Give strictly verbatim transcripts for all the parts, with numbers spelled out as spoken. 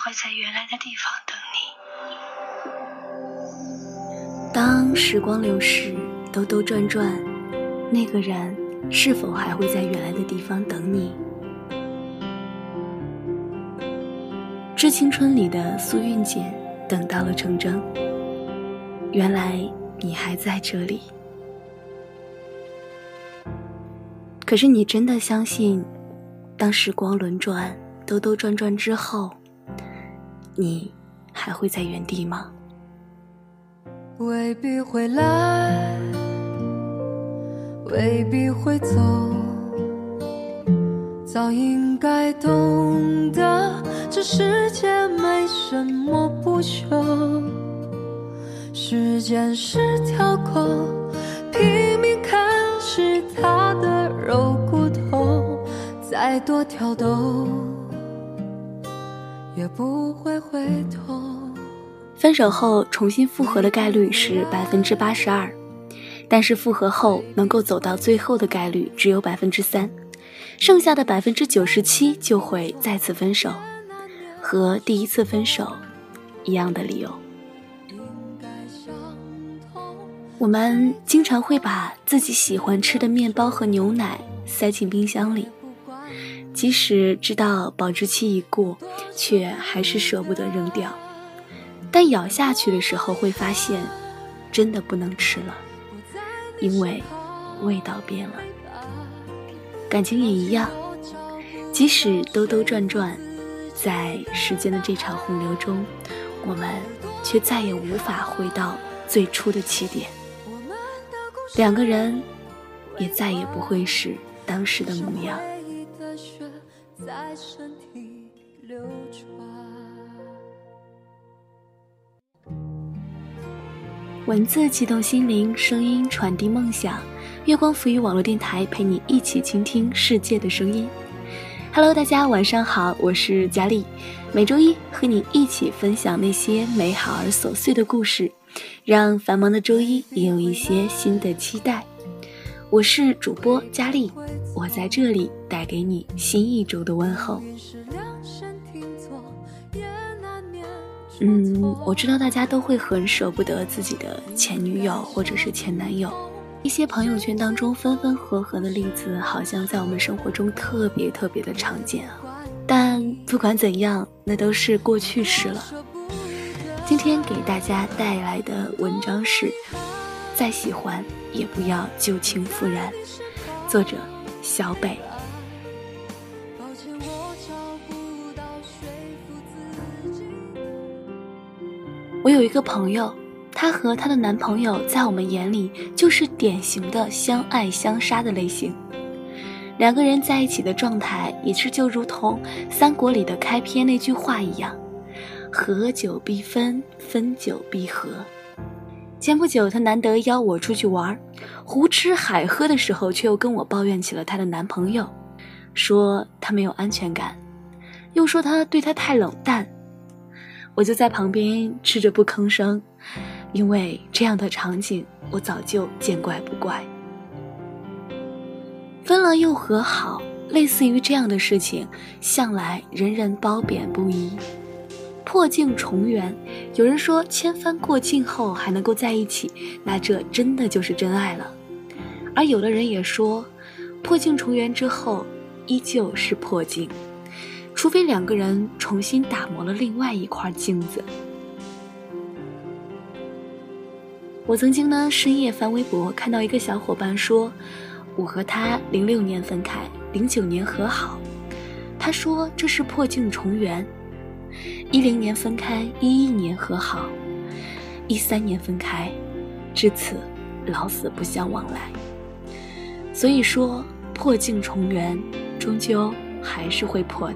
会在原来的地方等你。当时光流逝，兜兜转转，那个人是否还会在原来的地方等你？致青春里的苏韵简等到了程铮，原来你还在这里。可是你真的相信，当时光轮转，兜兜转转之后，你还会在原地吗？ 未必会来，未必会走，早应该懂得这世界没什么不朽。时间是条狗，拼命啃食它的肉骨头，再多挑逗也不会回头。 分手后重新复合的概率是百分之八十二，但是复合后能够走到最后的概率只有百分之三，剩下的百分之九十七就会再次分手，和第一次分手一样的理由。我们经常会把自己喜欢吃的面包和牛奶塞进冰箱里，即使知道保质期已过，却还是舍不得扔掉。但咬下去的时候会发现，真的不能吃了，因为味道变了。感情也一样，即使兜兜转转，在时间的这场洪流中，我们却再也无法回到最初的起点。两个人也再也不会是当时的模样。文字激动心灵，声音传递梦想。月光浮语网络电台陪你一起倾听世界的声音。Hello， 大家晚上好，我是佳丽。每周一和你一起分享那些美好而琐碎的故事，让繁忙的周一也有一些新的期待。我是主播佳丽，我在这里带给你新一周的问候。嗯，我知道大家都会很舍不得自己的前女友或者是前男友，一些朋友圈当中分分合合的例子好像在我们生活中特别特别的常见啊。但不管怎样，那都是过去式了。今天给大家带来的文章是再喜欢也不要旧情复燃，作者小北。我有一个朋友，她和她的男朋友在我们眼里就是典型的相爱相杀的类型。两个人在一起的状态也是就如同三国里的开篇那句话一样，合久必分，分久必合。前不久她难得邀我出去玩，胡吃海喝的时候却又跟我抱怨起了她的男朋友，说她没有安全感，又说他对她太冷淡。我就在旁边吃着不吭声，因为这样的场景我早就见怪不怪。分了又和好，类似于这样的事情向来人人褒贬不一。破镜重圆，有人说千帆过尽后还能够在一起，那这真的就是真爱了。而有的人也说，破镜重圆之后依旧是破镜，除非两个人重新打磨了另外一块镜子。我曾经呢深夜翻微博，看到一个小伙伴说，我和他零六年分开，零九年和好。他说这是破镜重圆。一零年分开，一一年和好，一三年分开，至此老死不相往来。所以说破镜重圆终究还是会破的。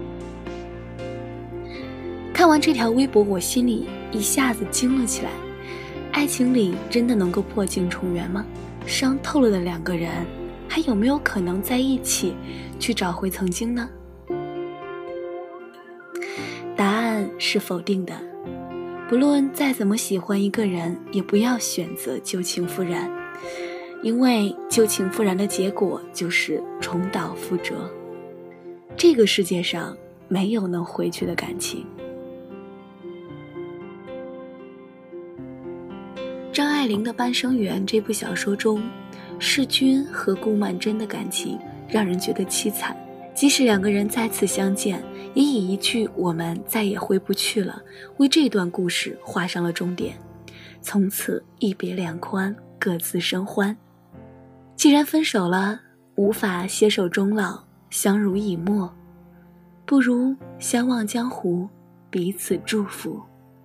看完这条微博，我心里一下子惊了起来。爱情里真的能够破镜重圆吗？伤透了的两个人还有没有可能在一起去找回曾经呢？答案是否定的。不论再怎么喜欢一个人，也不要选择旧情复燃，因为旧情复燃的结果就是重蹈覆辙。这个世界上没有能回去的感情， 张爱玲的《半生缘》这部小说中，世钧和顾曼桢的感情让人觉得凄惨，即使两个人再次相见，也以一句我们再也回不去了为这段故事画上了终点，从此一别两宽，各自生欢。既然分手了，无法携手终老，相濡以沫，不如相忘江湖，彼此祝福。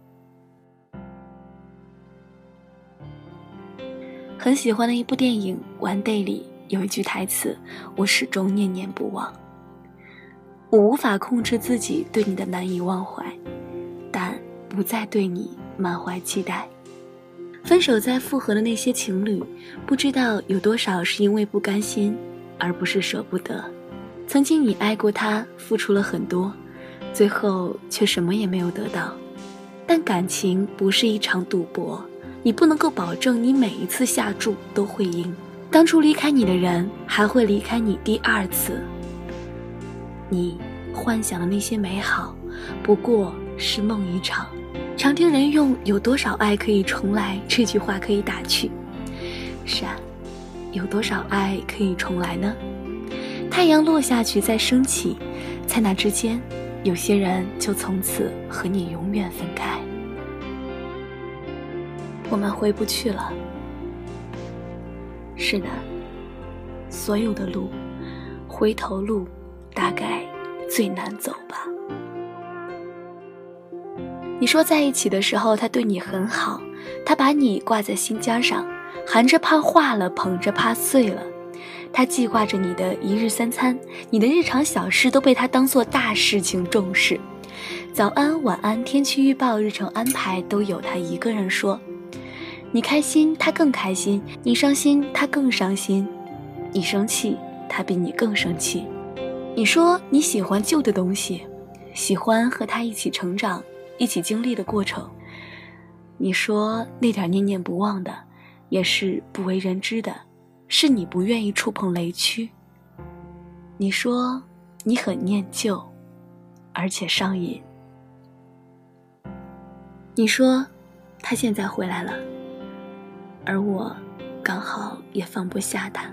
很喜欢的一部电影《One Day》里有一句台词，我始终念念不忘。我无法控制自己对你的难以忘怀，但不再对你满怀期待。分手再复合的那些情侣，不知道有多少是因为不甘心，而不是舍不得。曾经你爱过他，付出了很多，最后却什么也没有得到。但感情不是一场赌博，你不能够保证你每一次下注都会赢。当初离开你的人，还会离开你第二次。你幻想的那些美好，不过是梦一场。常听人用有多少爱可以重来这句话可以打趣。是啊，有多少爱可以重来呢？太阳落下去再升起，在那之间，有些人就从此和你永远分开。我们回不去了。是的，所有的路，回头路大概最难走吧。你说在一起的时候他对你很好，他把你挂在心尖上，含着怕化了，捧着怕碎了。他记挂着你的一日三餐，你的日常小事都被他当作大事情重视。早安晚安，天气预报，日程安排都有他一个人说。你开心他更开心，你伤心他更伤心，你生气他比你更生气。你说你喜欢旧的东西，喜欢和他一起成长，一起经历的过程。你说那点念念不忘的，也是不为人知的，是你不愿意触碰雷区。你说你很念旧，而且上瘾。你说他现在回来了，而我刚好也放不下他。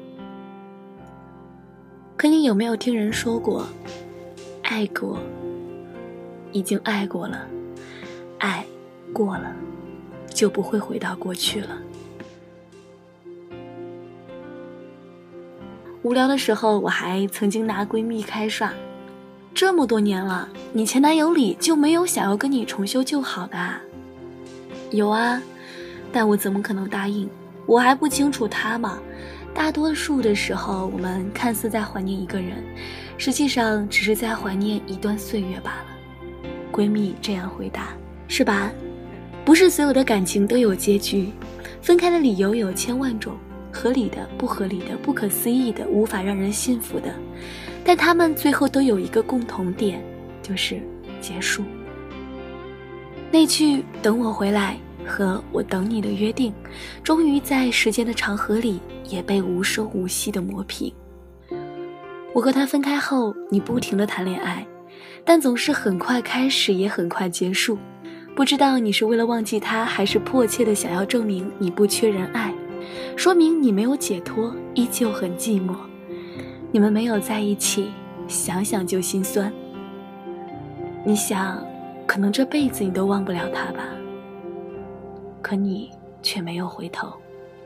可你有没有听人说过，爱过已经爱过了，爱过了就不会回到过去了。无聊的时候，我还曾经拿闺蜜开涮，这么多年了，你前男友里就没有想要跟你重修旧好的啊？有啊，但我怎么可能答应？我还不清楚他吗？大多数的时候，我们看似在怀念一个人，实际上只是在怀念一段岁月罢了。闺蜜这样回答，是吧？不是所有的感情都有结局，分开的理由有千万种，合理的、不合理的、不可思议的、无法让人信服的，但他们最后都有一个共同点，就是结束。那句等我回来和我等你的约定，终于在时间的长河里也被无声无息地磨平。我和他分开后，你不停地谈恋爱，但总是很快开始也很快结束。不知道你是为了忘记他，还是迫切地想要证明你不缺人爱，说明你没有解脱，依旧很寂寞。你们没有在一起，想想就心酸。你想，可能这辈子你都忘不了他吧，可你却没有回头。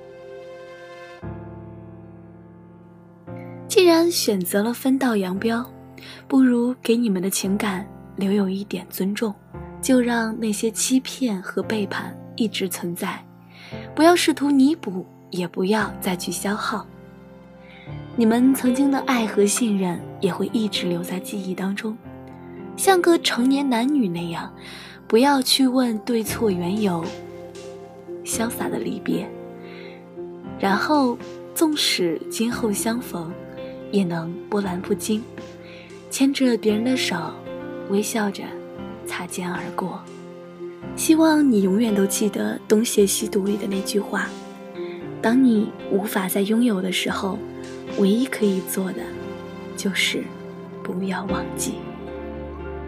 既然选择了分道扬镳，不如给你们的情感留有一点尊重，就让那些欺骗和背叛一直存在，不要试图弥补，也不要再去消耗。你们曾经的爱和信任也会一直留在记忆当中，像个成年男女那样，不要去问对错缘由，潇洒的离别，然后纵使今后相逢，也能波澜不惊，牵着别人的手，微笑着擦肩而过。希望你永远都记得东邪西毒里的那句话，当你无法再拥有的时候，唯一可以做的就是不要忘记。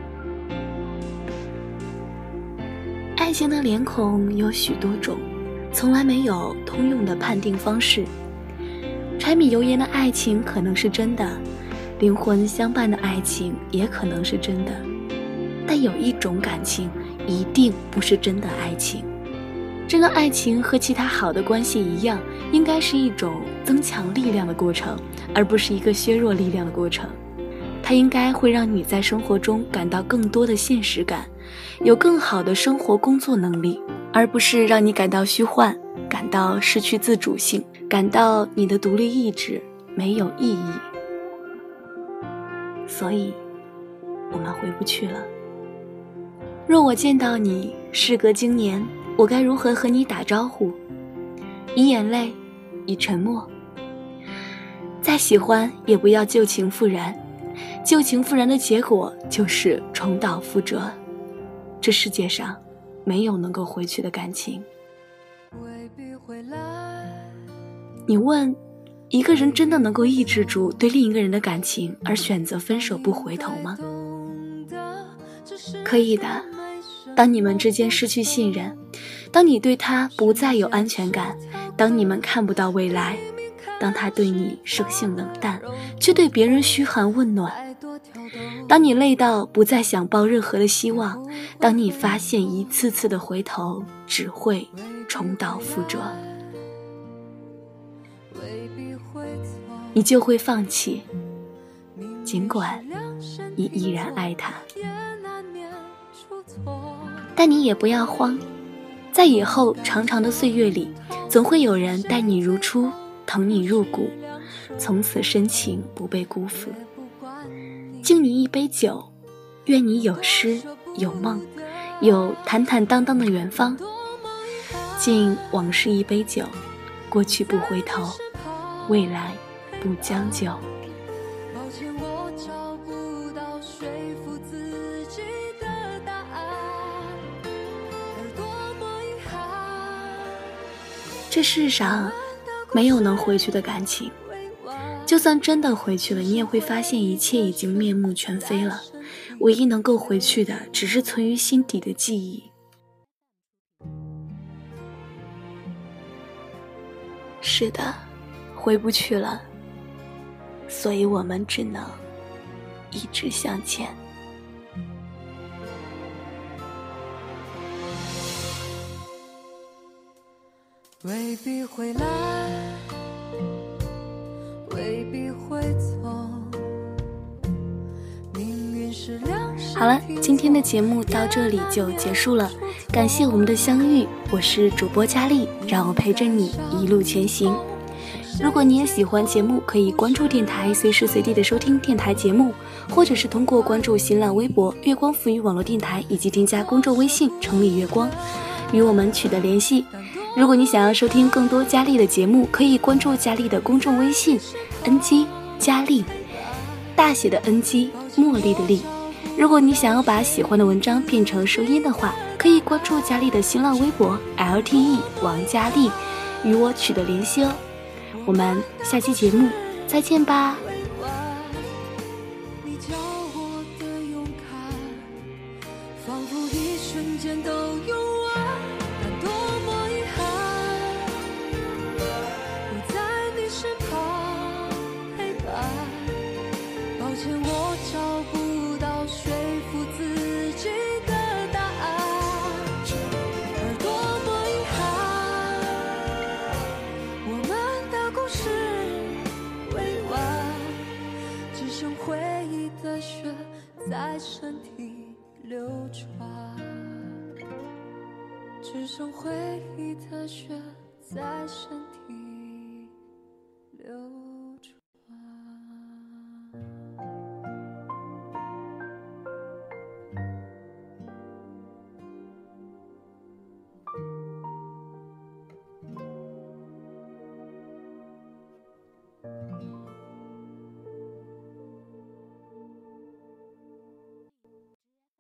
爱情的脸孔有许多种， 从来没有通用的判定方式。柴米油盐的爱情可能是真的，灵魂相伴的爱情也可能是真的，但有一种感情一定不是真的爱情。真的爱情和其他好的关系一样，应该是一种增强力量的过程，而不是一个削弱力量的过程。它应该会让你在生活中感到更多的现实感，有更好的生活工作能力，而不是让你感到虚幻，感到失去自主性，感到你的独立意志没有意义。所以我们回不去了。若我见到你，事隔经年，我该如何和你打招呼？以眼泪，以沉默。再喜欢也不要旧情复燃，旧情复燃的结果就是重蹈覆辙。这世界上没有能够回去的感情。你问，一个人真的能够抑制住对另一个人的感情而选择分手不回头吗？可以的。当你们之间失去信任，当你对他不再有安全感，当你们看不到未来，当他对你生性冷淡，却对别人嘘寒问暖，当你累到不再想抱任何的希望，当你发现一次次的回头只会重蹈覆辙，你就会放弃，尽管你依然爱他。但你也不要慌，在以后长长的岁月里，总会有人待你如初，疼你入骨，从此深情不被辜负。敬你一杯酒，愿你有诗有梦，有坦坦荡荡的远方。敬往事一杯酒，过去不回头，未来不将就。这世上没有能回去的感情，就算真的回去了，你也会发现一切已经面目全非了。唯一能够回去的，只是存于心底的记忆。是的，回不去了，所以我们只能一直向前。 未必会来，未必会走，命运是两手。 好了，今天的节目到这里就结束了，感谢我们的相遇，我是主播佳丽，让我陪着你一路前行。如果你也喜欢节目，可以关注电台，随时随地的收听电台节目，或者是通过关注新浪微博月光浮语网络电台，以及添加公众微信城里月光，与我们取得联系。如果你想要收听更多佳丽的节目，可以关注佳丽的公众微信 N G 佳丽，大写的 N G 茉莉的莉。如果你想要把喜欢的文章变成声音的话，可以关注佳丽的新浪微博 L T E 王佳丽，与我取得联系哦。我们下期节目再见吧。 你教我的勇敢，仿佛一瞬间都用完，但多么遗憾，不在你身旁陪伴。抱歉，我找不到说服自己的答案，而多么遗憾，我们的故事未完，只剩回忆的血在身体流转，只剩回忆的血在身体